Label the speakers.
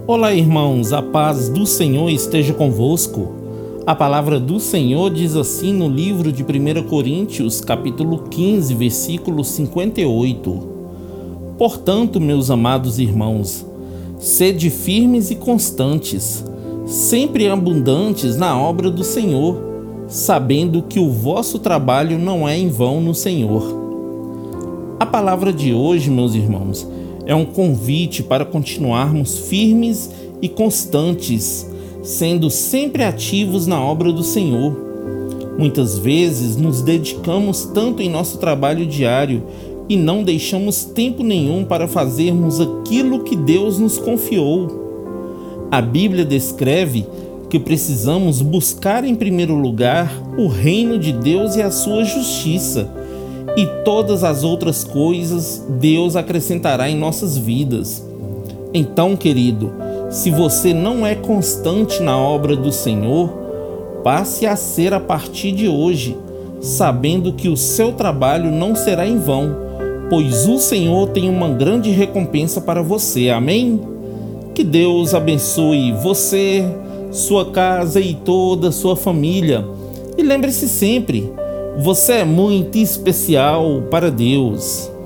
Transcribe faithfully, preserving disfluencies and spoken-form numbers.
Speaker 1: Olá, irmãos, a paz do Senhor esteja convosco. A palavra do Senhor diz assim no livro de primeira Coríntios, capítulo quinze, versículo cinquenta e oito. Portanto, meus amados irmãos, sede firmes e constantes, sempre abundantes na obra do Senhor, sabendo que o vosso trabalho não é em vão no Senhor. A palavra de hoje, meus irmãos, é um convite para continuarmos firmes e constantes, sendo sempre ativos na obra do Senhor. Muitas vezes nos dedicamos tanto em nosso trabalho diário e não deixamos tempo nenhum para fazermos aquilo que Deus nos confiou. A Bíblia descreve que precisamos buscar em primeiro lugar o reino de Deus e a sua justiça, e todas as outras coisas Deus acrescentará em nossas vidas. Então, querido, se você não é constante na obra do Senhor, passe a ser a partir de hoje, sabendo que o seu trabalho não será em vão, pois o Senhor tem uma grande recompensa para você. Amém? Que Deus abençoe você, sua casa e toda a sua família. E lembre-se sempre, você é muito especial para Deus.